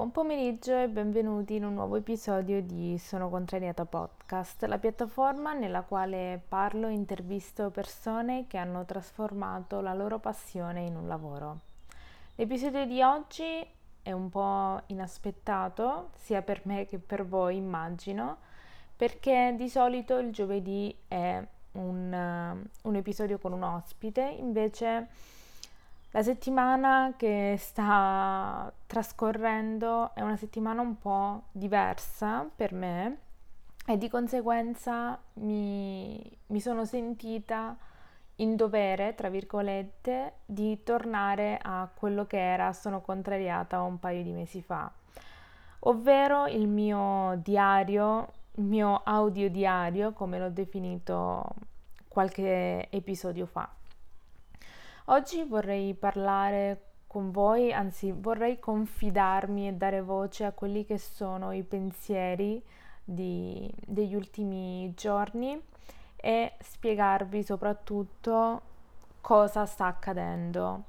Buon pomeriggio e benvenuti in un nuovo episodio di Sono Contrariata Podcast, la piattaforma nella quale parlo e intervisto persone che hanno trasformato la loro passione in un lavoro. L'episodio di oggi è un po' inaspettato, sia per me che per voi, immagino, perché di solito il giovedì è un episodio con un ospite, invece la settimana che sta trascorrendo è una settimana un po' diversa per me e di conseguenza mi sono sentita in dovere, tra virgolette, di tornare a quello che era Sono Contrariata un paio di mesi fa, ovvero il mio diario, il mio audio diario, come l'ho definito qualche episodio fa. Oggi vorrei parlare con voi, anzi vorrei confidarmi e dare voce a quelli che sono i pensieri degli ultimi giorni e spiegarvi soprattutto cosa sta accadendo.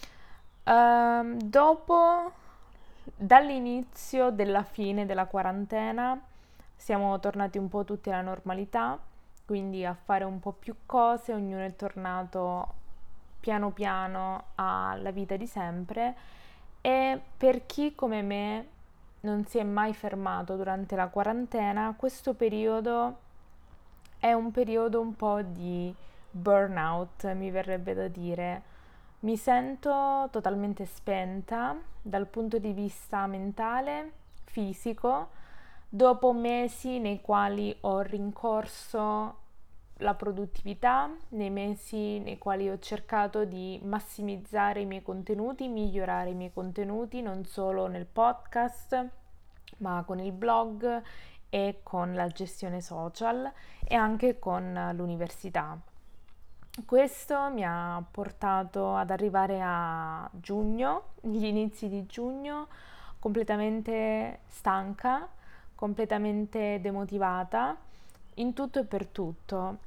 Dopo, dall'inizio della fine della quarantena, siamo tornati un po' tutti alla normalità, quindi a fare un po' più cose, ognuno è tornato piano piano alla vita di sempre e per chi come me non si è mai fermato durante la quarantena, questo periodo è un periodo un po' di burnout, mi verrebbe da dire. Mi sento totalmente spenta dal punto di vista mentale, fisico, dopo mesi nei quali ho rincorso la produttività, nei mesi nei quali ho cercato di massimizzare i miei contenuti, migliorare i miei contenuti, non solo nel podcast, ma con il blog e con la gestione social e anche con l'università. Questo mi ha portato ad arrivare a giugno, gli inizi di giugno, completamente stanca, completamente demotivata in tutto e per tutto.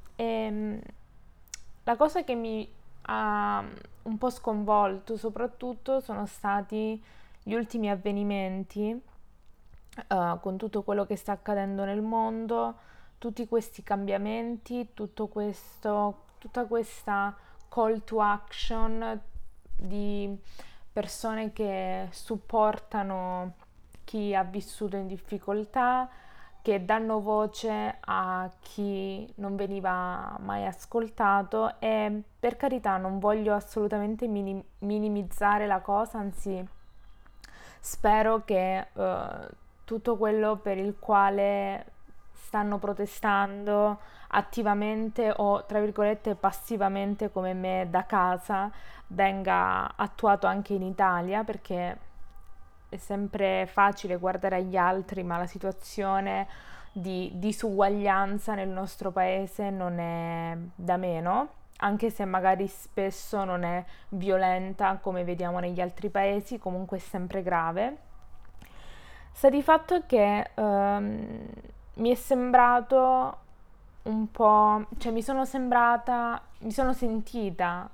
La cosa che mi ha un po' sconvolto soprattutto sono stati gli ultimi avvenimenti, con tutto quello che sta accadendo nel mondo, tutti questi cambiamenti, tutta questa call to action di persone che supportano chi ha vissuto in difficoltà, che danno voce a chi non veniva mai ascoltato e per carità non voglio assolutamente minimizzare la cosa, anzi spero che tutto quello per il quale stanno protestando attivamente o tra virgolette passivamente come me da casa venga attuato anche in Italia, perché è sempre facile guardare agli altri, ma la situazione di disuguaglianza nel nostro paese non è da meno, anche se magari spesso non è violenta come vediamo negli altri paesi, comunque è sempre grave. Sta di fatto che mi è sembrato un po', cioè mi sono sentita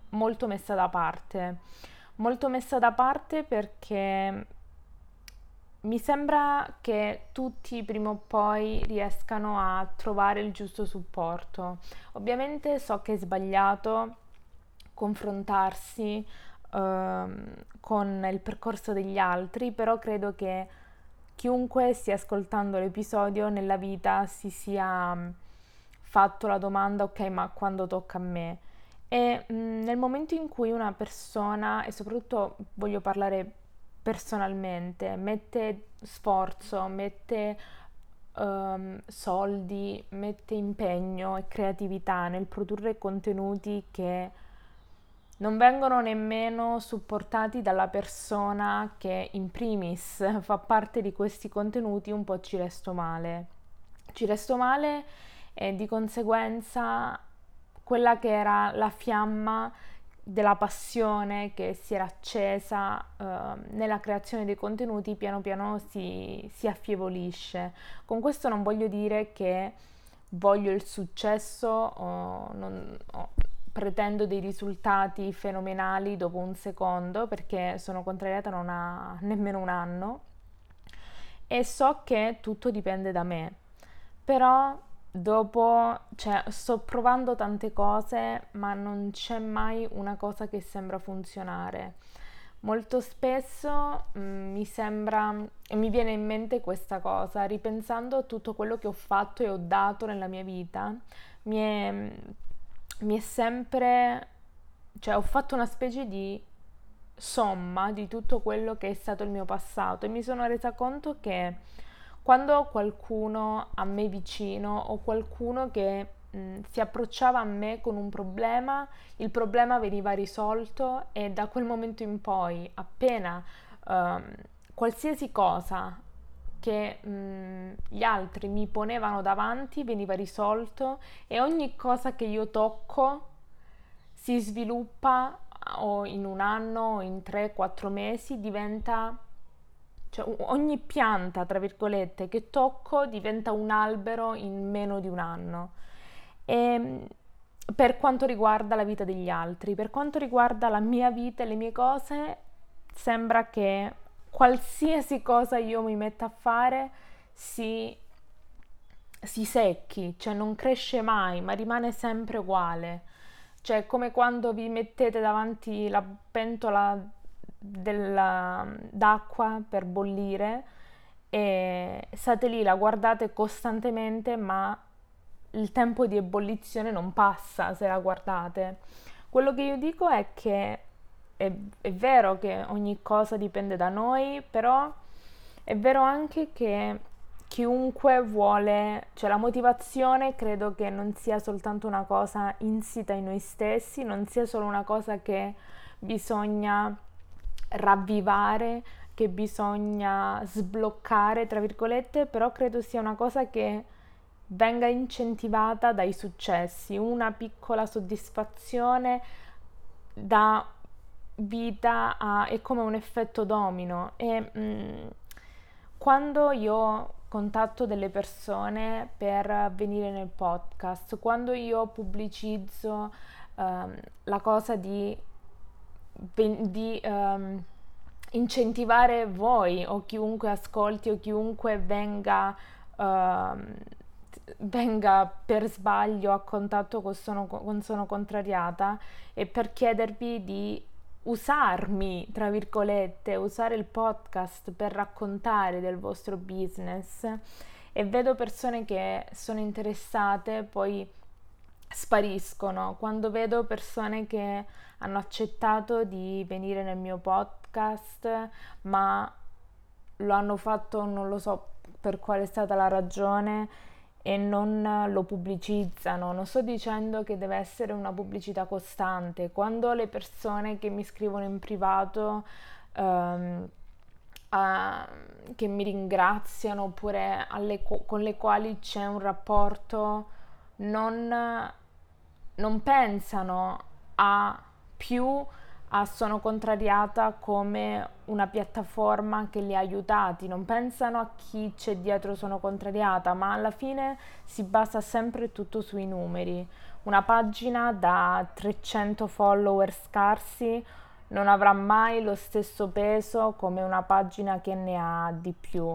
molto messa da parte perché mi sembra che tutti prima o poi riescano a trovare il giusto supporto. Ovviamente so che è sbagliato confrontarsi con il percorso degli altri, però credo che chiunque stia ascoltando l'episodio nella vita si sia fatto la domanda: ok, ma quando tocca a me? E nel momento in cui una persona, e soprattutto voglio parlare personalmente, mette sforzo, mette soldi, mette impegno e creatività nel produrre contenuti che non vengono nemmeno supportati dalla persona che in primis fa parte di questi contenuti, un po' ci resto male. Ci resto male e di conseguenza quella che era la fiamma della passione che si era accesa nella creazione dei contenuti piano piano si affievolisce. Con questo non voglio dire che voglio il successo o pretendo dei risultati fenomenali dopo un secondo, perché Sono Contrariata non ha nemmeno un anno, e so che tutto dipende da me, però dopo, cioè, sto provando tante cose, ma non c'è mai una cosa che sembra funzionare. Molto spesso mi sembra e mi viene in mente questa cosa, ripensando a tutto quello che ho fatto e ho dato nella mia vita, mi è, mi è sempre, cioè ho fatto una specie di somma di tutto quello che è stato il mio passato e mi sono resa conto che quando ho qualcuno a me vicino o qualcuno che si approcciava a me con un problema, il problema veniva risolto e da quel momento in poi, appena ehm, qualsiasi cosa che gli altri mi ponevano davanti veniva risolto e ogni cosa che io tocco si sviluppa o in un anno o in 3-4 mesi diventa, cioè ogni pianta, tra virgolette, che tocco diventa un albero in meno di un anno. E per quanto riguarda la vita degli altri, per quanto riguarda la mia vita e le mie cose, sembra che qualsiasi cosa io mi metta a fare si, si secchi, cioè non cresce mai, ma rimane sempre uguale. Cioè, come quando vi mettete davanti la pentola d'acqua per bollire e state lì, la guardate costantemente, ma il tempo di ebollizione non passa se la guardate. Quello che io dico è che è vero che ogni cosa dipende da noi, però è vero anche che chiunque vuole, cioè la motivazione credo che non sia soltanto una cosa insita in noi stessi, non sia solo una cosa che bisogna ravvivare, che bisogna sbloccare, tra virgolette, però credo sia una cosa che venga incentivata dai successi, una piccola soddisfazione dà vita a, è come un effetto domino e quando io contatto delle persone per venire nel podcast, quando io pubblicizzo la cosa di incentivare voi o chiunque ascolti o chiunque ehm, venga per sbaglio a contatto con Sono Contrariata e per chiedervi di usarmi, tra virgolette, usare il podcast per raccontare del vostro business e vedo persone che sono interessate, poi spariscono. Quando vedo persone che hanno accettato di venire nel mio podcast, ma lo hanno fatto, non lo so per quale è stata la ragione, e non lo pubblicizzano. Non sto dicendo che deve essere una pubblicità costante. Quando le persone che mi scrivono in privato ehm, che mi ringraziano oppure con le quali c'è un rapporto non, non pensano a più a Sono Contrariata come una piattaforma che li ha aiutati, non pensano a chi c'è dietro Sono Contrariata, ma alla fine si basa sempre tutto sui numeri. Una pagina da 300 follower scarsi non avrà mai lo stesso peso come una pagina che ne ha di più.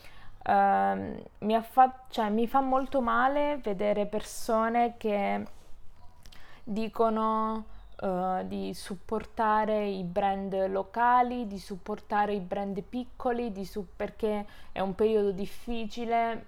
Mi fa molto male vedere persone che dicono di supportare i brand locali, di supportare i brand piccoli, perché è un periodo difficile,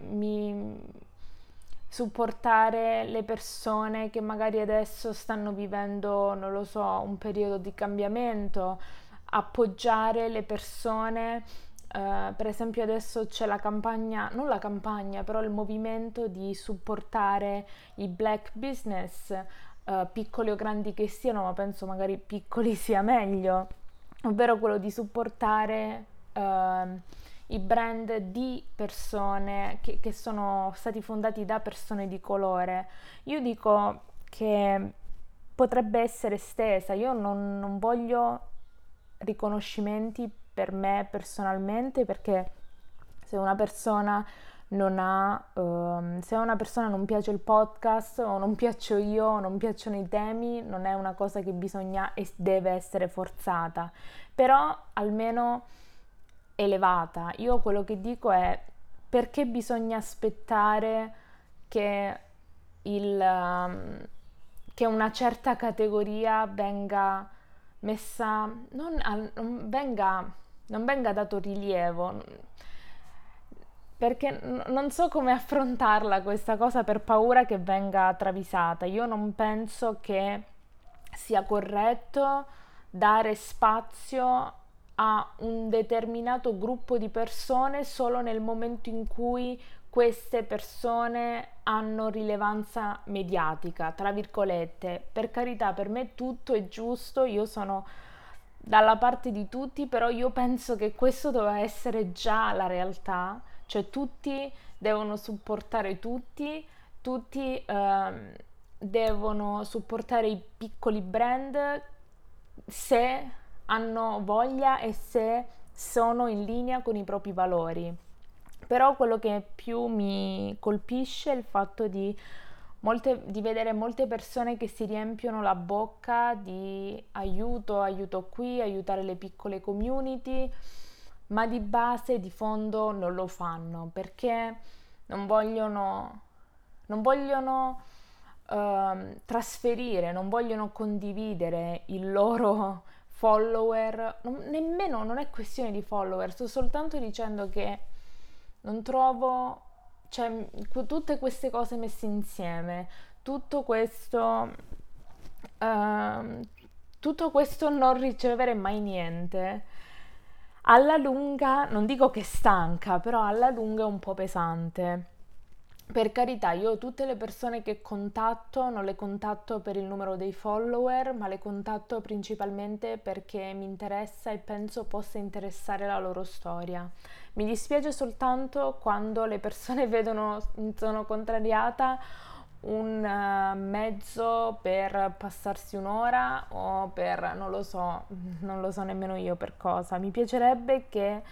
supportare le persone che magari adesso stanno vivendo, non lo so, un periodo di cambiamento, appoggiare le persone. Per esempio adesso c'è la campagna, non la campagna, però il movimento di supportare i black business, piccoli o grandi che siano, ma penso magari piccoli sia meglio, ovvero quello di supportare i brand di persone che sono stati fondati da persone di colore. Io dico che potrebbe essere estesa, io non voglio riconoscimenti per me personalmente perché se una persona se a una persona non piace il podcast o non piaccio io o non piacciono i temi, non è una cosa che bisogna e deve essere forzata, però almeno elevata. Io quello che dico è: perché bisogna aspettare che, che una certa categoria venga messa, non venga dato rilievo, perché non so come affrontarla questa cosa per paura che venga travisata. Io non penso che sia corretto dare spazio a un determinato gruppo di persone solo nel momento in cui queste persone hanno rilevanza mediatica, tra virgolette. Per carità, per me tutto è giusto, io sono dalla parte di tutti, però io penso che questo doveva essere già la realtà, cioè tutti devono supportare tutti, tutti devono supportare i piccoli brand se hanno voglia e se sono in linea con i propri valori. Però quello che più mi colpisce è il fatto di vedere molte persone che si riempiono la bocca di aiuto, aiuto qui, aiutare le piccole community, ma di base, di fondo non lo fanno perché non vogliono trasferire, non vogliono condividere il loro follower, nemmeno non è questione di follower, sto soltanto dicendo che non trovo, cioè tutte queste cose messe insieme, tutto questo, ehm, tutto questo non ricevere mai niente, alla lunga, non dico che stanca, però alla lunga è un po' pesante. Per carità, io tutte le persone che contatto non le contatto per il numero dei follower, ma le contatto principalmente perché mi interessa e penso possa interessare la loro storia. Mi dispiace soltanto quando le persone vedono, sono contrariata, un mezzo per passarsi un'ora o per, non lo so nemmeno io per cosa. Mi piacerebbe che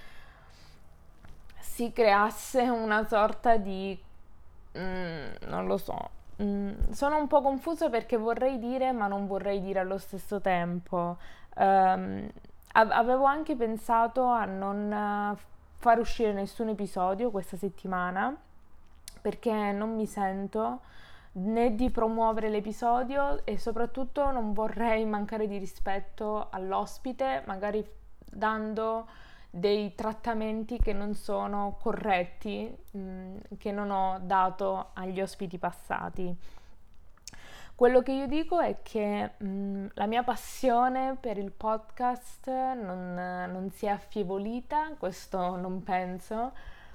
si creasse una sorta di non lo so. Sono un po' confusa perché vorrei dire, ma non vorrei dire allo stesso tempo. Ehm, Avevo anche pensato a non far uscire nessun episodio questa settimana perché non mi sento né di promuovere l'episodio e soprattutto non vorrei mancare di rispetto all'ospite, magari dando dei trattamenti che non sono corretti, che non ho dato agli ospiti passati. Quello che io dico è che la mia passione per il podcast non si è affievolita, questo non penso.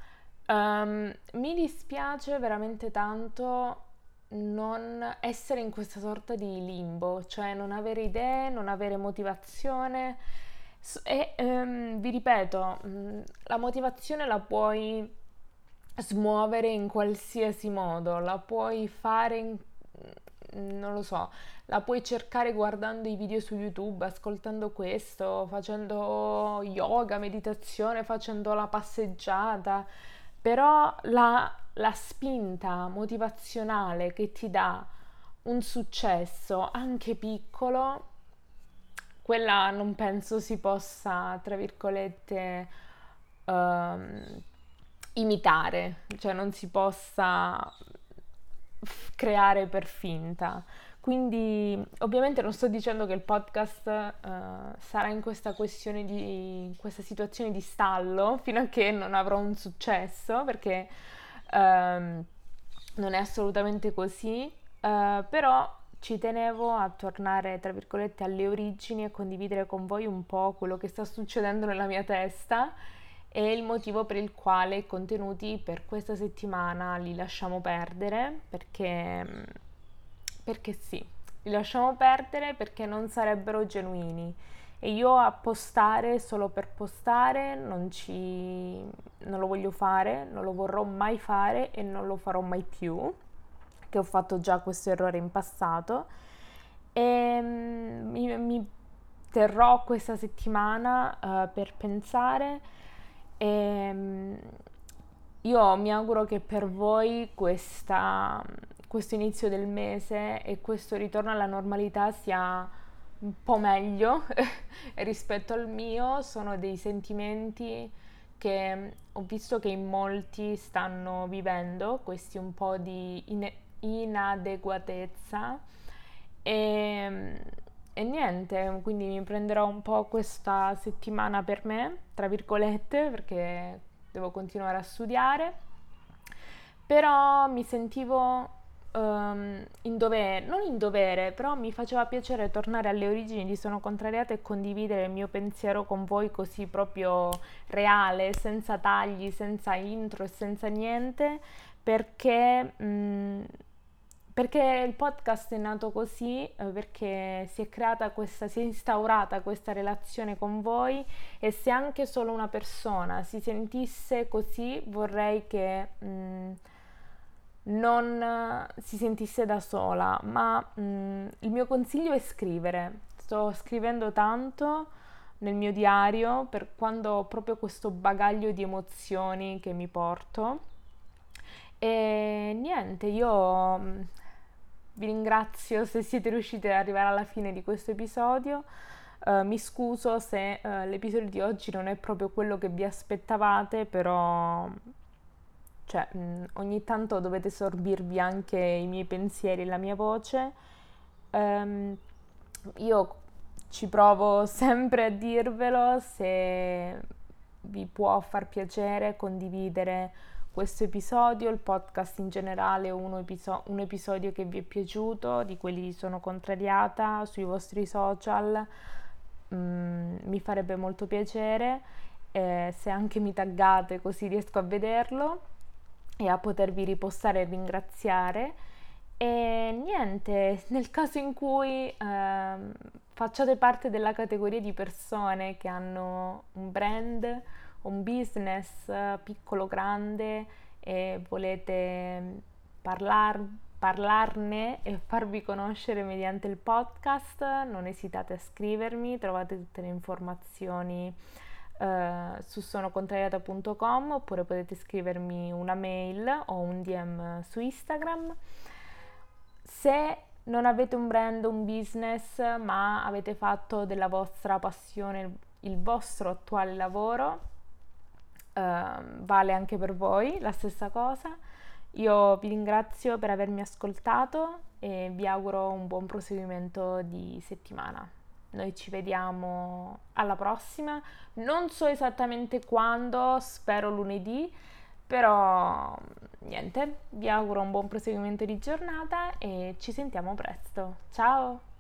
Mi dispiace veramente tanto non essere in questa sorta di limbo, cioè non avere idee, non avere motivazione. E vi ripeto, la motivazione la puoi smuovere in qualsiasi modo, la puoi fare non lo so, la puoi cercare guardando i video su YouTube, ascoltando questo, facendo yoga, meditazione, facendo la passeggiata, però la spinta motivazionale che ti dà un successo, anche piccolo, quella non penso si possa, tra virgolette, ehm, imitare, cioè non si possa creare per finta. Quindi ovviamente non sto dicendo che il podcast sarà in questa in questa situazione di stallo fino a che non avrò un successo, perché ehm, non è assolutamente così, però ci tenevo a tornare, tra virgolette, alle origini e condividere con voi un po' quello che sta succedendo nella mia testa e il motivo per il quale i contenuti per questa settimana li lasciamo perdere, perché sì, li lasciamo perdere perché non sarebbero genuini. E io a postare solo per postare non lo voglio fare, non lo vorrò mai fare e non lo farò mai più, che ho fatto già questo errore in passato. E mi terrò questa settimana per pensare e io mi auguro che per voi questo inizio del mese e questo ritorno alla normalità sia un po' meglio rispetto al mio. Sono dei sentimenti che ho visto che in molti stanno vivendo questi un po' di inadeguatezza e, e niente, quindi mi prenderò un po' questa settimana per me, tra virgolette, perché devo continuare a studiare, però mi sentivo in dovere, non in dovere, però mi faceva piacere tornare alle origini di Sono Contrariata e condividere il mio pensiero con voi così proprio reale, senza tagli, senza intro e senza niente, perché, perché il podcast è nato così, perché si è instaurata questa relazione con voi e se anche solo una persona si sentisse così, vorrei che non si sentisse da sola, ma il mio consiglio è scrivere. Sto scrivendo tanto nel mio diario per quando ho proprio questo bagaglio di emozioni che mi porto. E niente, io vi ringrazio se siete riusciti ad arrivare alla fine di questo episodio. Mi scuso se l'episodio di oggi non è proprio quello che vi aspettavate, però cioè, ogni tanto dovete sorbirvi anche i miei pensieri e la mia voce. Ehm, io ci provo sempre a dirvelo, se vi può far piacere condividere questo episodio, il podcast in generale, un episodio che vi è piaciuto, di quelli di Sono Contrariata, sui vostri social, mi farebbe molto piacere, se anche mi taggate così riesco a vederlo e a potervi ripostare e ringraziare. E niente, nel caso in cui facciate parte della categoria di persone che hanno un brand, un business piccolo o grande e volete parlarne e farvi conoscere mediante il podcast, non esitate a scrivermi, trovate tutte le informazioni su sonocontrariata.com oppure potete scrivermi una mail o un DM su Instagram. Se non avete un brand, un business, ma avete fatto della vostra passione il vostro attuale lavoro, vale anche per voi la stessa cosa. Io vi ringrazio per avermi ascoltato e vi auguro un buon proseguimento di settimana. Noi ci vediamo alla prossima. Non so esattamente quando, spero lunedì, però niente, vi auguro un buon proseguimento di giornata e ci sentiamo presto. Ciao!